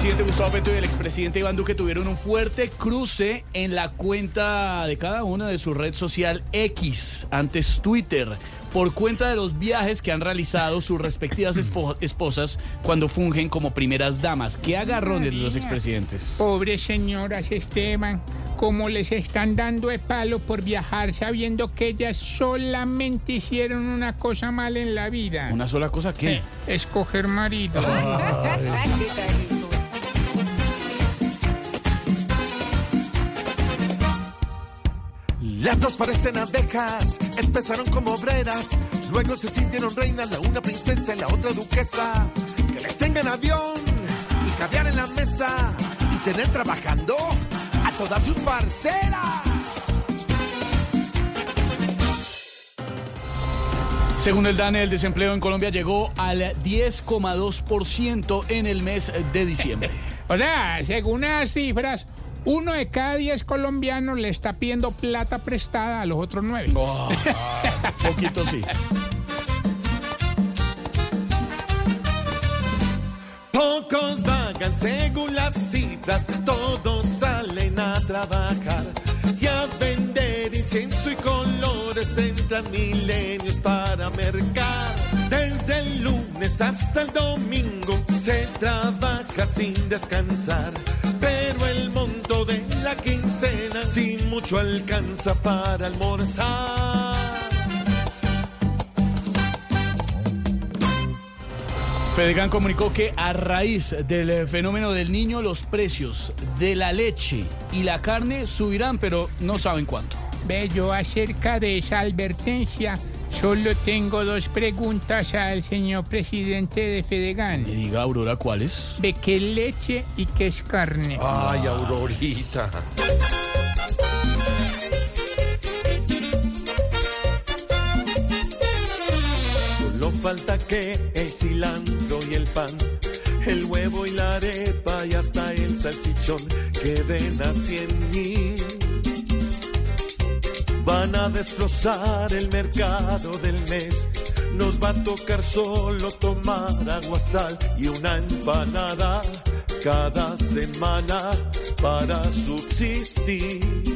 presidente Gustavo Petro y el expresidente Iván Duque tuvieron un fuerte cruce en la cuenta de cada uno de su red social X, antes Twitter, por cuenta de los viajes que han realizado sus respectivas esposas cuando fungen como primeras damas. ¿Qué agarrones de los expresidentes? Pobres señoras, Esteban, como les están dando de palo por viajar sabiendo que ellas solamente hicieron una cosa mal en la vida. ¿Una sola cosa qué? Escoger marido. Las dos parecen abejas, empezaron como obreras, luego se sintieron reinas, la una princesa y la otra duquesa. Que les tengan avión y caviar en la mesa y tener trabajando a todas sus parceras. Según el DANE, el desempleo en Colombia llegó al 10,2% en el mes de diciembre. O sea, según las cifras, 1 de cada 10 colombianos le está pidiendo plata prestada a los otros 9. Oh, poquito sí. Pocos vagan según las cifras, todos salen a trabajar y a vender incienso y colores, entran milenios para mercar. Desde el lunes hasta el domingo se trabaja sin descansar, pero el monto de la quincena sin mucho alcanza para almorzar. Fedegan comunicó que a raíz del fenómeno del Niño, los precios de la leche y la carne subirán, pero no saben cuánto. Ve, yo acerca de esa advertencia solo tengo 2 preguntas al señor presidente de Fedegan. Me diga, Aurora, ¿cuáles? ¿De qué es leche y qué es carne? Ay, Aurorita. Solo falta que el cilantro y el pan, el huevo y la arepa y hasta el salchichón queden a 100,000. Van a destrozar el mercado del mes. Nos va a tocar solo tomar agua, sal y una empanada cada semana para subsistir.